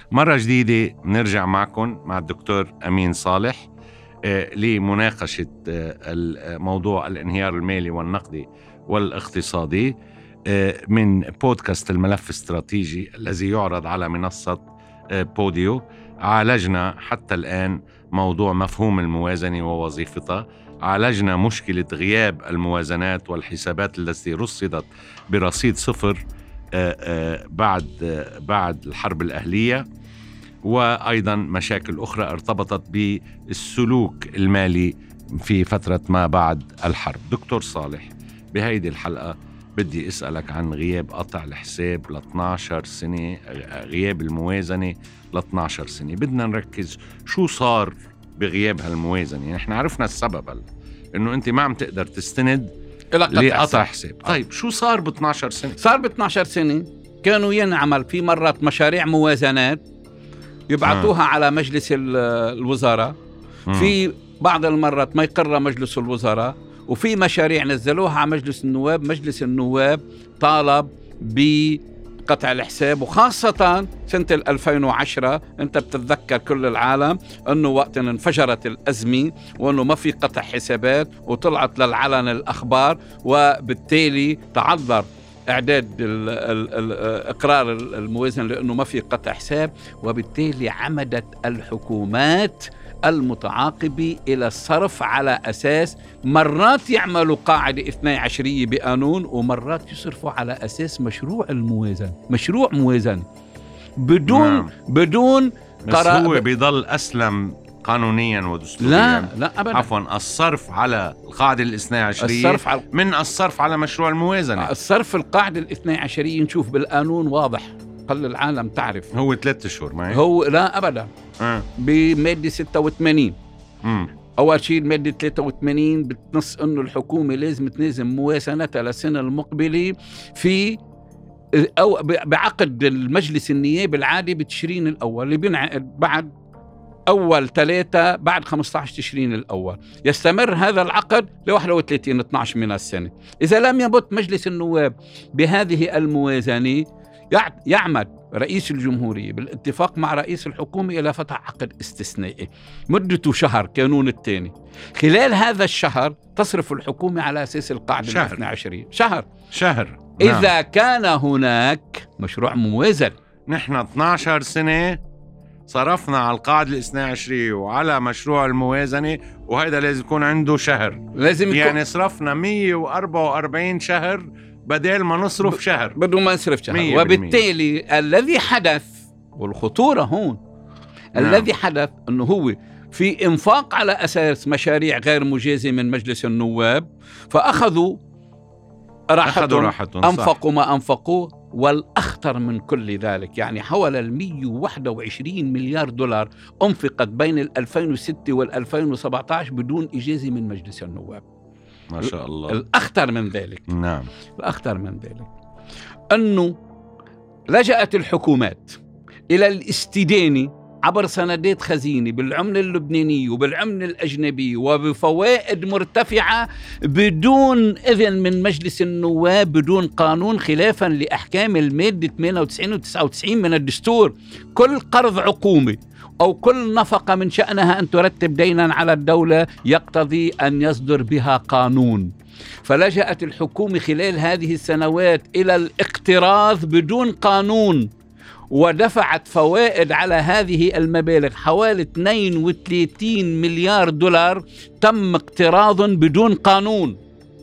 مرة جديدة نرجع معكم مع الدكتور أمين صالح لمناقشة موضوع الانهيار المالي والنقدي والاقتصادي من بودكاست الملف الاستراتيجي الذي يعرض على منصة بوديو. عالجنا حتى الآن موضوع مفهوم الموازنة ووظيفتها، عالجنا مشكلة غياب الموازنات والحسابات التي رصدت برصيد صفر بعد الحرب الأهلية، وأيضا مشاكل أخرى ارتبطت بالسلوك المالي في فترة ما بعد الحرب. دكتور صالح، بهيدي الحلقة بدي أسألك عن غياب قطع الحساب ل 12 سنة، غياب الموازنة ل 12 سنة. بدنا نركز شو صار بغياب هالموازنة. يعني احنا عرفنا السبب انه انت ما عم تقدر تستند لقطع حساب. طيب شو صار ب 12 سنة؟ صار ب 12 سنة كانوا ينعمل في مرات مشاريع موازنات يبعثوها على مجلس الوزراء، في بعض المرات ما يقرر مجلس الوزراء، وفي مشاريع نزلوها على مجلس النواب. مجلس النواب طالب بقطع الحساب، وخاصة سنة 2010 انت بتتذكر كل العالم انه وقت انفجرت الأزمة وانه ما في قطع حسابات وطلعت للعلن الأخبار، وبالتالي تعذر إعداد إقرار الموازنة لأنه ما في قطع حساب، وبالتالي عمدت الحكومات المتعاقبة إلى الصرف على أساس مرات يعملوا قاعدة 12 بقانون، ومرات يصرفوا على أساس مشروع الموازنة، مشروع موازنة بدون قرار. هو بيضل أسلم قانونيا ودستوريا؟ لا أبدا. عفوا، الصرف على القاعدة 12 من الصرف على مشروع الموازنة. الصرف القاعدة 12 نشوف بالقانون واضح، قل العالم تعرف، هو 3 أشهر معي. هو لا أبدا. بمادة 86 أول شيء المادة 83 بتنص أنه الحكومة لازم تنظم موازنتها للسنة المقبلة في أو بعقد المجلس النيابي العادي بتشرين الأول اللي بينعقد بعد أول 3 بعد 15 تشرين الأول. يستمر هذا العقد ل 31/12 من السنة. إذا لم يبت مجلس النواب بهذه الموازنة، يعمد رئيس الجمهورية بالاتفاق مع رئيس الحكومة إلى فتح عقد استثنائي مدته شهر، كانون الثاني. خلال هذا الشهر تصرف الحكومة على أساس القاعدة 12 شهر. إذا كان هناك مشروع موازن. نحن 12 سنة صرفنا على القاعدة 12 وعلى مشروع الموازنة، وهذا لازم يكون عنده شهر. يعني صرفنا 144 شهر بدل ما نصرف شهر، بدون ما نصرف شهر. وبالتالي الذي حدث، والخطورة هون الذي حدث أنه هو في إنفاق على أساس مشاريع غير مجازة من مجلس النواب، فأخذوا راحتهم، أنفقوا ما أنفقوا. والأخطر من كل ذلك يعني حوالي 121 مليار دولار أنفقت بين 2006 وال2017 بدون إجازة من مجلس النواب. ما شاء الله. الأخطر من ذلك، نعم، الأخطر من ذلك أنه لجأت الحكومات إلى الاستدانة عبر سندات خزينة بالعملة اللبنانية وبالعملة الأجنبية وبفوائد مرتفعة بدون إذن من مجلس النواب، بدون قانون، خلافا لأحكام المادة 98 و 99 من الدستور. كل قرض عقومي أو كل نفقة من شأنها أن ترتب دينا على الدولة يقتضي أن يصدر بها قانون. فلجأت الحكومة خلال هذه السنوات إلى الاقتراض بدون قانون، ودفعت فوائد على هذه المبالغ حوالي 32 مليار دولار تم اقتراض بدون قانون.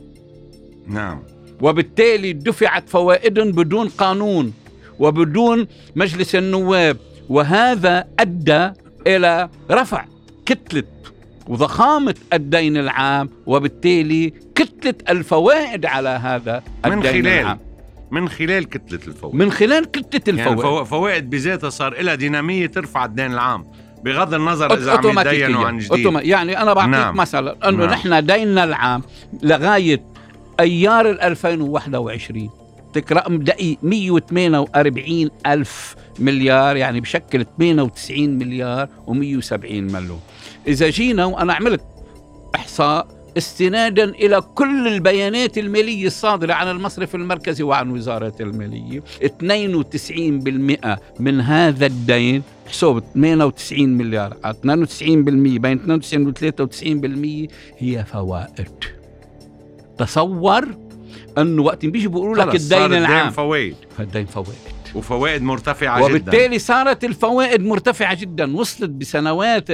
نعم. وبالتالي دفعت فوائد بدون قانون وبدون مجلس النواب، وهذا أدى إلى رفع كتلة وضخامة الدين العام، وبالتالي كتلة الفوائد على هذا الدين العام من خلال كتلة الفوائد. من خلال كتلة الفوائد. يعني فوائد بذاتها صار لها دينامية ترفع الدين العام بغض النظر إذا عم يتدينوا عن جديد. يعني أنا بعطيك مثلا أنه نحن ديننا العام لغاية أيار 2021 رقم دقيق 148 ألف مليار، يعني بشكل 98 مليار و170 مليون. إذا جينا وأنا عملت إحصاء استنادا إلى كل البيانات المالية الصادرة عن المصرف المركزي وعن وزارة المالية، 92% من هذا الدين حسب 98 مليار، 92% بين 92 و 93% هي فوائد. تصور أنه وقت بيجي بيقولوا لك الدين العام فالدين فوائد وفوائد مرتفعة جدا، وبالتالي صارت الفوائد مرتفعة جدا، وصلت بسنوات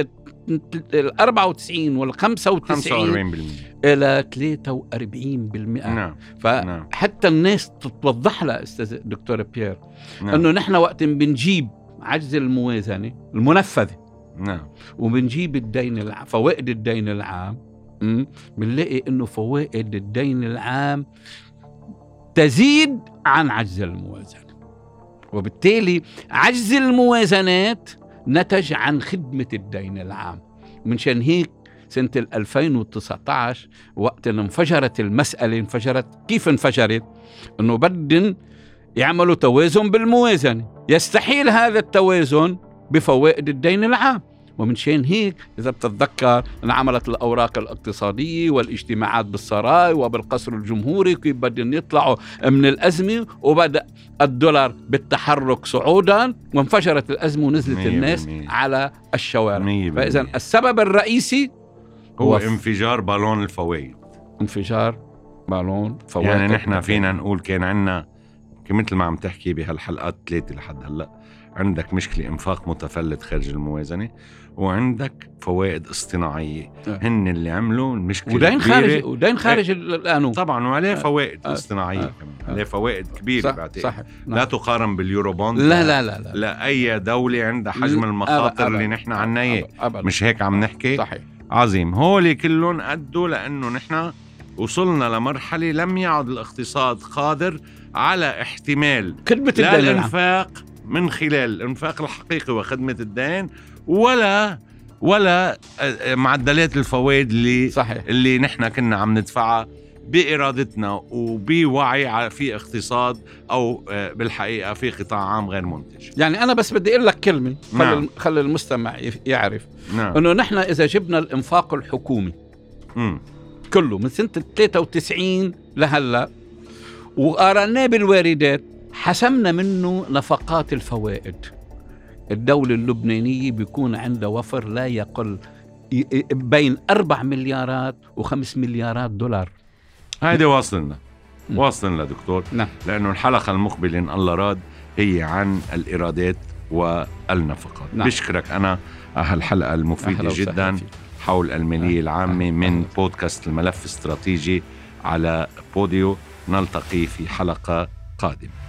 94 وال 95 إلى 43%. نعم. فحتى الناس تتوضح لها أستاذ دكتور بيير أنه نحن وقت بنجيب عجز الموازنة المنفذة وبنجيب الدين العام، فوائد الدين العام، بنلاقي أنه فوائد الدين العام تزيد عن عجز الموازنة، وبالتالي عجز الموازنات نتج عن خدمة الدين العام. ومنشان هيك سنة 2019 وقت انفجرت المسألة، كيف انفجرت؟ أنه بدن يعملوا توازن بالموازنة، يستحيل هذا التوازن بفوائد الدين العام. ومنشان هيك إذا بتتذكر انعملت الأوراق الاقتصادية والاجتماعات بالسراي وبالقصر الجمهوري كيف بدهم يطلعوا من الأزمة، وبدأ الدولار بالتحرك صعودا وانفجرت الأزمة ونزلت الناس على الشوارع. فإذا السبب الرئيسي هو انفجار بالون الفوائد. انفجار بالون فوائد. يعني نحن فينا نقول كان عنا مثل ما عم تحكي بهالحلقات 3 لحد هلأ، عندك مشكلة إنفاق متفلت خارج الموازنة، وعندك فوائد اصطناعية هن اللي عملوا المشكلة، ودين خارج القانون طبعا، وعليه فوائد اصطناعية عليه فوائد كبيرة بعتقد لا تقارن باليورو بوند. لا أي دولة عندها حجم المخاطر اللي نحن عنا اياه، مش هيك عم نحكي؟ صحيح. عظيم. هولي كلهم أدوا لأنه نحن وصلنا لمرحلة لم يعد الاقتصاد قادر على احتمال لا الانفاق من خلال الانفاق الحقيقي وخدمة الدين ولا معدلات الفوائد اللي نحن كنا عم ندفعها بإرادتنا وبوعي في اقتصاد أو بالحقيقة في قطاع عام غير منتج. يعني أنا بس بدي أقول لك كلمة خلي المستمع يعرف أنه نحن إذا جبنا الإنفاق الحكومي كله من سنة 93 لهلأ وقارناه بالواردات، حسمنا منه نفقات الفوائد، الدولة اللبنانية بيكون عندها وفر لا يقل بين 4 مليارات و5 مليارات دولار. هيدا واصلنا دكتور. لأنه الحلقة المقبلة إن الله راد هي عن الإيرادات والنفقات. بشكرك أنا هالحلقة المفيدة جدا حول المالية العامة من بودكاست الملف الاستراتيجي على بوديو. نلتقي في حلقة قادمة.